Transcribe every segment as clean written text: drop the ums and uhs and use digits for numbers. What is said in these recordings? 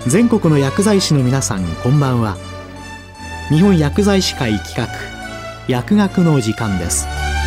全国の薬剤師の皆さん、こんばんは。日本薬剤師会企画、薬学の時間です。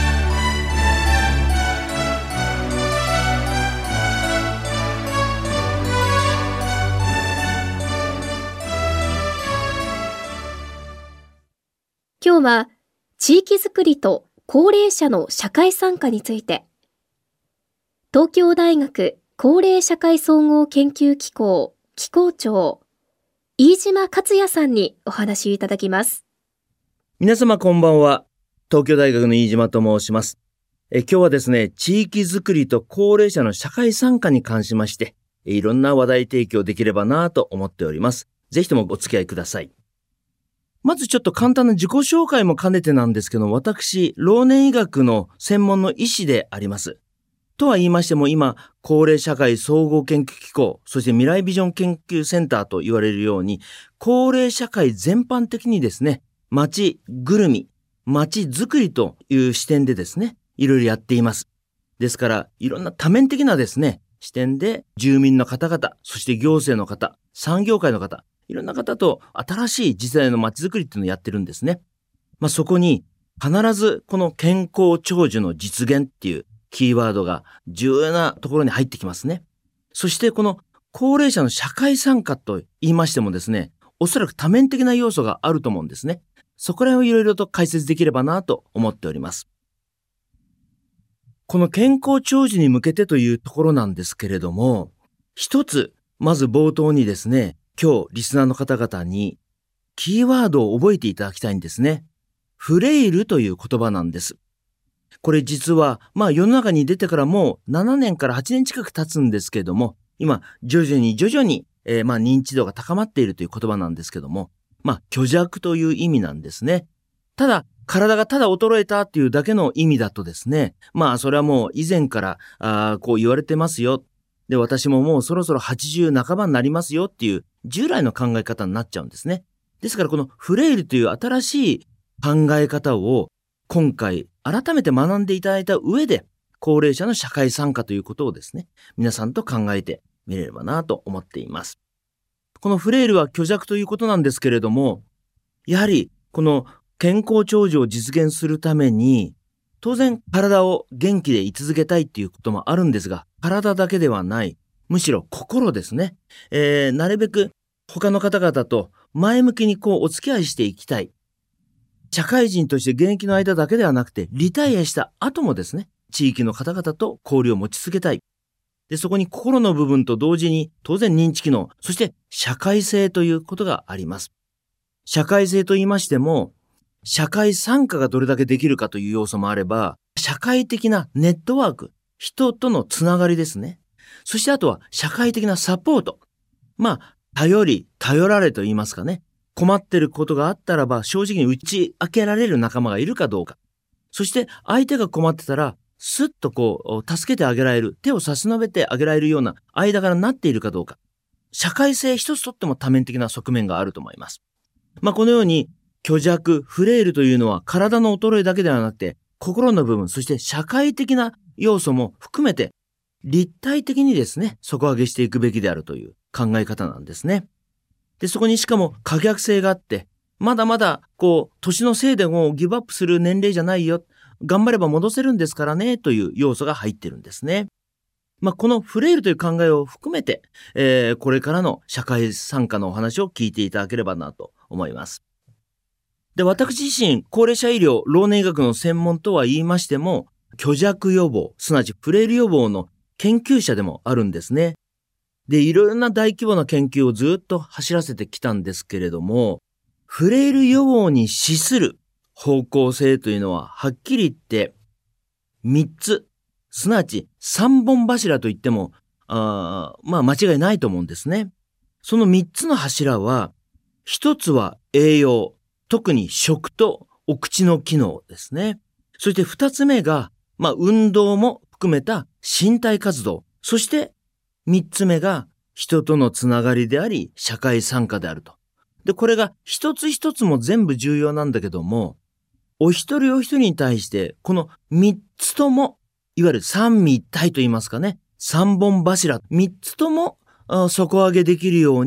今日は地域づくりと高齢者の社会参加について、東京大学高齢社会総合研究機構機構長飯島克也さんにお話しいただきます。 皆様こんばんは。東京大学の飯島と申します。今日はですね、地域づくりと高齢者の社会参加に関しましていろんな話題提供できればなと思っております。ぜひともお付き合いください。まずちょっと簡単な自己紹介も兼ねてなんですけど、私、老年医学の専門の医師であります。とは言いましても、今、高齢社会総合研究機構、そして未来ビジョン研究センターと言われるように、高齢社会全般的にですね、町ぐるみ、町づくりという視点でですね、いろいろやっています。ですから、いろんな多面的なですね、視点で住民の方々、そして行政の方、産業界の方、いろんな方と新しい次世代の街づくりっていうのをやってるんですね。そこに必ずこの健康長寿の実現っていうキーワードが重要なところに入ってきますね。そしてこの高齢者の社会参加と言いましてもですね、おそらく多面的な要素があると思うんですね。そこら辺をいろいろと解説できればなと思っております。この健康長寿に向けてというところなんですけれども、一つまず冒頭にですね、今日リスナーの方々にキーワードを覚えていただきたいんですね。フレイルという言葉なんです。これ実は世の中に出てからもう7年から8年近く経つんですけれども、今徐々に認知度が高まっているという言葉なんですけども、虚弱という意味なんですね。ただ体がただ衰えたっていうだけの意味だとですね、それはもう以前からこう言われてますよ。で、私ももうそろそろ80半ばになりますよっていう従来の考え方になっちゃうんですね。ですからこのフレイルという新しい考え方を今回改めて学んでいただいた上で、高齢者の社会参加ということをですね、皆さんと考えてみれればなと思っています。このフレイルは虚弱ということなんですけれども、やはりこの健康長寿を実現するために、当然体を元気で居続けたいっていうこともあるんですが、体だけではない、むしろ心ですね。なるべく他の方々と前向きにお付き合いしていきたい。社会人として現役の間だけではなくて、リタイアした後もですね、地域の方々と交流を持ち続けたい。で、そこに心の部分と同時に当然認知機能、そして社会性ということがあります。社会性と言いましても、社会参加がどれだけできるかという要素もあれば、社会的なネットワーク、人とのつながりですね。そしてあとは社会的なサポート。頼られと言いますかね。困ってることがあったらば正直に打ち明けられる仲間がいるかどうか。そして相手が困ってたらスッと助けてあげられる、手を差し伸べてあげられるような間柄になっているかどうか。社会性一つとっても多面的な側面があると思います。このように虚弱、フレイルというのは体の衰えだけではなくて、心の部分、そして社会的な要素も含めて、立体的にですね、底上げしていくべきであるという考え方なんですね。で、そこにしかも可逆性があって、まだまだ年のせいでもギブアップする年齢じゃないよ。頑張れば戻せるんですからね、という要素が入ってるんですね。このフレイルという考えを含めて、これからの社会参加のお話を聞いていただければなと思います。で、私自身、高齢者医療、老年医学の専門とは言いましても、虚弱予防、すなわちフレイル予防の研究者でもあるんですね。で、いろんな大規模な研究をずっと走らせてきたんですけれども、フレイル予防に資する方向性というのは、はっきり言って3つ、すなわち3本柱と言っても、間違いないと思うんですね。その3つの柱は、1つは栄養、特に食とお口の機能ですね。そして2つ目が、運動も含めた身体活動。そして3つ目が人とのつながりであり、社会参加であると。で、これが一つ一つも全部重要なんだけども、お一人お一人に対して、この3つとも、いわゆる三位一体と言いますかね、3本柱、3つとも底上げできるように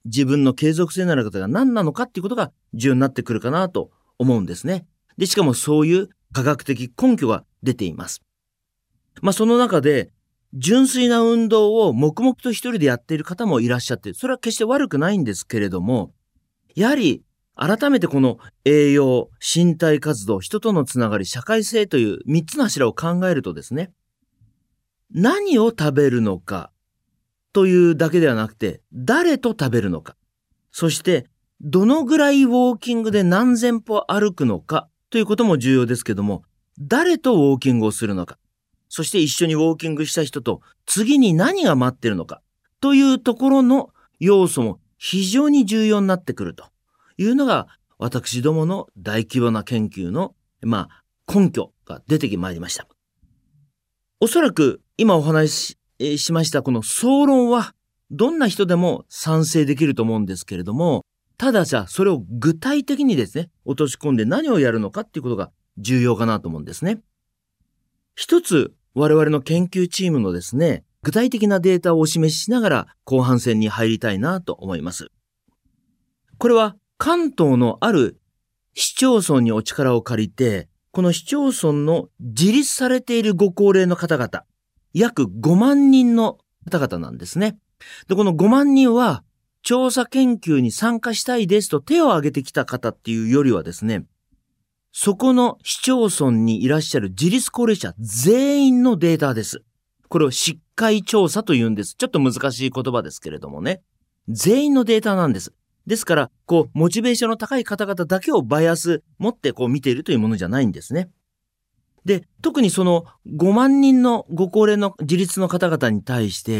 自分の継続性のある方が何なのかっていうことが重要になってくるかなと思うんですね。で、しかもそういう科学的根拠が出ています。その中で、純粋な運動を黙々と一人でやっている方もいらっしゃって、それは決して悪くないんですけれども、やはり改めてこの栄養、身体活動、人とのつながり、社会性という3つの柱を考えるとですね、何を食べるのかというだけではなくて、誰と食べるのか、そしてどのぐらいウォーキングで何千歩歩くのかということも重要ですけども、誰とウォーキングをするのか、そして一緒にウォーキングした人と次に何が待っているのかというところの要素も非常に重要になってくるというのが私どもの大規模な研究の根拠が出てまいりました。おそらく今お話ししましたこの総論はどんな人でも賛成できると思うんですけれども、ただそれを具体的にですね、落とし込んで何をやるのかっていうことが重要かなと思うんですね。一つ我々の研究チームのですね、具体的なデータをお示ししながら後半戦に入りたいなと思います。これは関東のある市町村にお力を借りて、この市町村の自立されているご高齢の方々、約5万人の方々なんですね。で、この5万人は調査研究に参加したいですと手を挙げてきた方っていうよりはですね、そこの市町村にいらっしゃる自立高齢者全員のデータです。これを疾患調査と言うんです。ちょっと難しい言葉ですけれどもね。全員のデータなんです。ですから、モチベーションの高い方々だけをバイアス持って見ているというものじゃないんですね。で、特にその5万人のご高齢の自立の方々に対して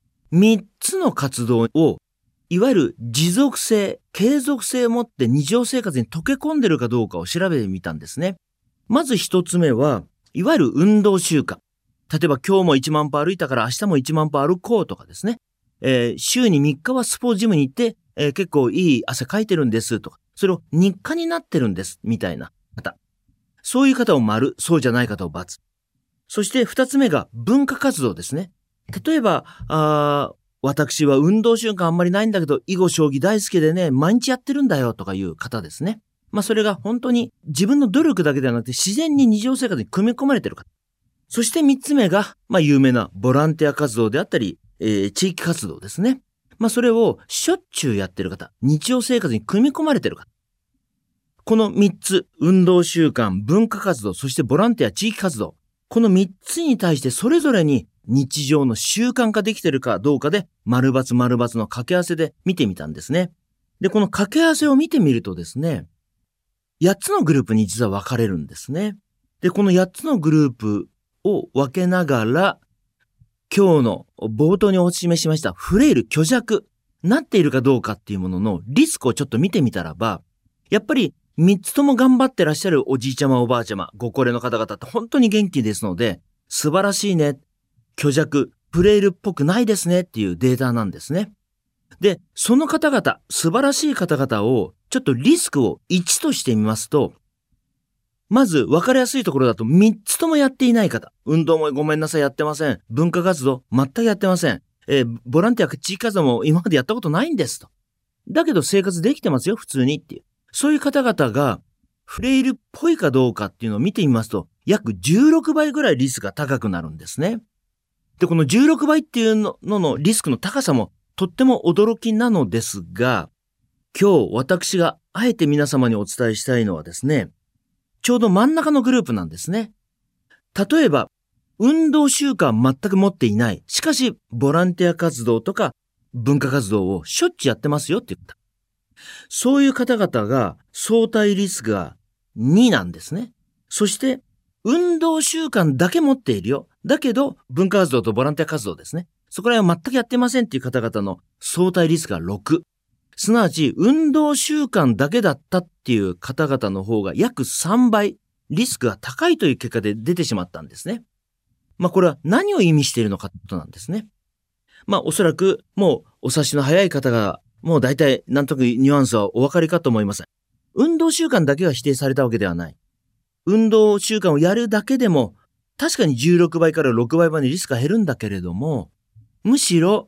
、3つの活動を、いわゆる持続性、継続性を持って日常生活に溶け込んでいるかどうかを調べてみたんですね。まず1つ目は、いわゆる運動習慣。例えば今日も1万歩歩いたから明日も1万歩歩こうとかですね。週に3日はスポーツジムに行って、結構いい汗かいてるんですとか、それを日課になってるんですみたいな方。そういう方を丸、そうじゃない方を×。そして2つ目が文化活動ですね。例えば、私は運動習慣あんまりないんだけど、囲碁将棋大好きでね、毎日やってるんだよとかいう方ですね。それが本当に自分の努力だけではなくて自然に日常生活に組み込まれている方。そして3つ目が、有名なボランティア活動であったり、地域活動ですね。それをしょっちゅうやってる方、日常生活に組み込まれてる方。この3つ、運動習慣、文化活動、そしてボランティア、地域活動。この3つに対してそれぞれに日常の習慣化できてるかどうかで、丸×丸×の掛け合わせで見てみたんですね。で、この掛け合わせを見てみるとですね、8つのグループに実は分かれるんですね。で、この8つのグループを分けながら、今日の冒頭にお示ししましたフレイル、虚弱、なっているかどうかっていうもののリスクをちょっと見てみたらば、やっぱり3つとも頑張ってらっしゃるおじいちゃまおばあちゃま、ご高齢の方々って本当に元気ですので、素晴らしいね、虚弱、フレイルっぽくないですねっていうデータなんですね。で、その方々、素晴らしい方々をちょっとリスクを1としてみますと、まず分かりやすいところだと3つともやっていない方、運動もごめんなさいやってません、文化活動全くやってません、ボランティア地域活動も今までやったことないんですと。だけど生活できてますよ普通にっていう。そういう方々がフレイルっぽいかどうかっていうのを見てみますと、約16倍ぐらいリスクが高くなるんですね。で、この16倍っていうののリスクの高さもとっても驚きなのですが、今日私があえて皆様にお伝えしたいのはですね、ちょうど真ん中のグループなんですね。例えば、運動習慣全く持っていない。しかし、ボランティア活動とか文化活動をしょっちゅうやってますよって言った。そういう方々が相対リスクが2なんですね。そして、運動習慣だけ持っているよ。だけど、文化活動とボランティア活動ですね。そこら辺は全くやってませんっていう方々の相対リスクが6。すなわち、運動習慣だけだったっていう方々の方が約3倍リスクが高いという結果で出てしまったんですね。これは何を意味しているのかということなんですね。おそらくもうお察しの早い方がもう大体なんとなくニュアンスはお分かりかと思います。運動習慣だけが否定されたわけではない。運動習慣をやるだけでも確かに16倍から6倍までリスクが減るんだけれども、むしろ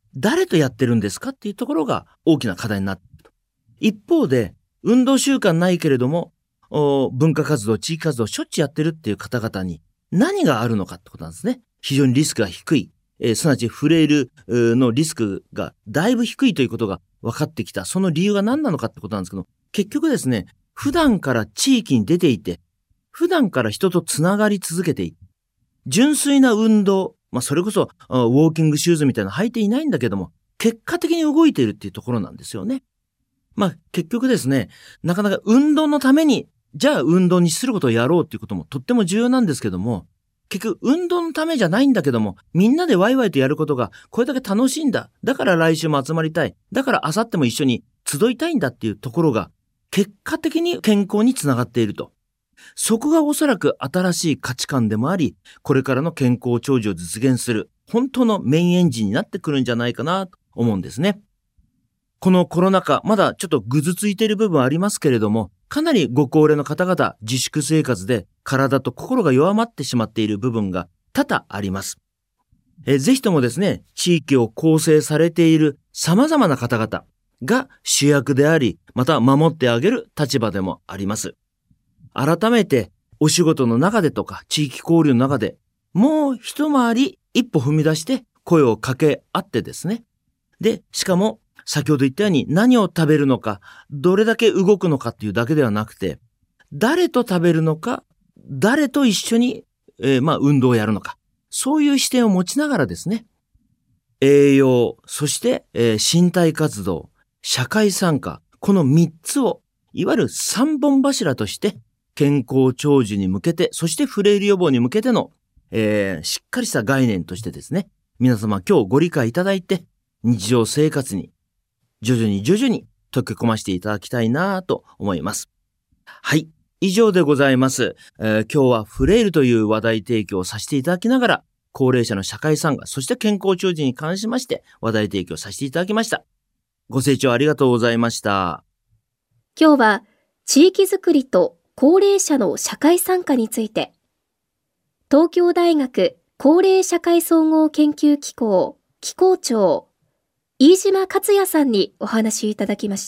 誰とやってるんですかっていうところが大きな課題になっていると。一方で、運動習慣ないけれども、文化活動、地域活動をしょっちゅうやってるっていう方々に何があるのかってことなんですね。非常にリスクが低い。すなわちフレイルのリスクがだいぶ低いということが分かってきた。その理由が何なのかってことなんですけど、結局ですね、普段から地域に出ていて、普段から人とつながり続けていて、純粋な運動、それこそウォーキングシューズみたいなの履いていないんだけども、結果的に動いているっていうところなんですよね。結局ですね、なかなか運動のために、じゃあ運動にすることをやろうっていうこともとっても重要なんですけども、結局運動のためじゃないんだけども、みんなでワイワイとやることがこれだけ楽しいんだ。だから来週も集まりたい。だから明後日も一緒に集いたいんだっていうところが、結果的に健康につながっていると。そこがおそらく新しい価値観でもあり、これからの健康長寿を実現する本当のメインエンジンになってくるんじゃないかなと思うんですね。このコロナ禍、まだちょっとぐずついている部分はありますけれども、かなりご高齢の方々、自粛生活で体と心が弱まってしまっている部分が多々あります。ぜひともですね、地域を構成されている様々な方々が主役であり、また守ってあげる立場でもあります。改めてお仕事の中でとか地域交流の中でもう一回り一歩踏み出して声をかけ合ってですね。で、しかも先ほど言ったように何を食べるのか、どれだけ動くのかっていうだけではなくて、誰と食べるのか、誰と一緒に、運動をやるのか、そういう視点を持ちながらですね、栄養、そして、身体活動、社会参加、この3つを、いわゆる3本柱として、健康長寿に向けて、そしてフレイル予防に向けての、しっかりした概念としてですね、皆様今日ご理解いただいて、日常生活に徐々に溶け込ませていただきたいなと思います。はい。以上でございます。今日はフレイルという話題提供をさせていただきながら、高齢者の社会参加、そして健康長寿に関しまして話題提供させていただきました。ご清聴ありがとうございました。 今日は地域づくりと高齢者の社会参加について、東京大学高齢社会総合研究機構機構長、飯島克也さんにお話しいただきました。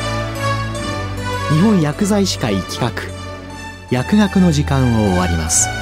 日本薬剤師会企画、薬学の時間を終わります。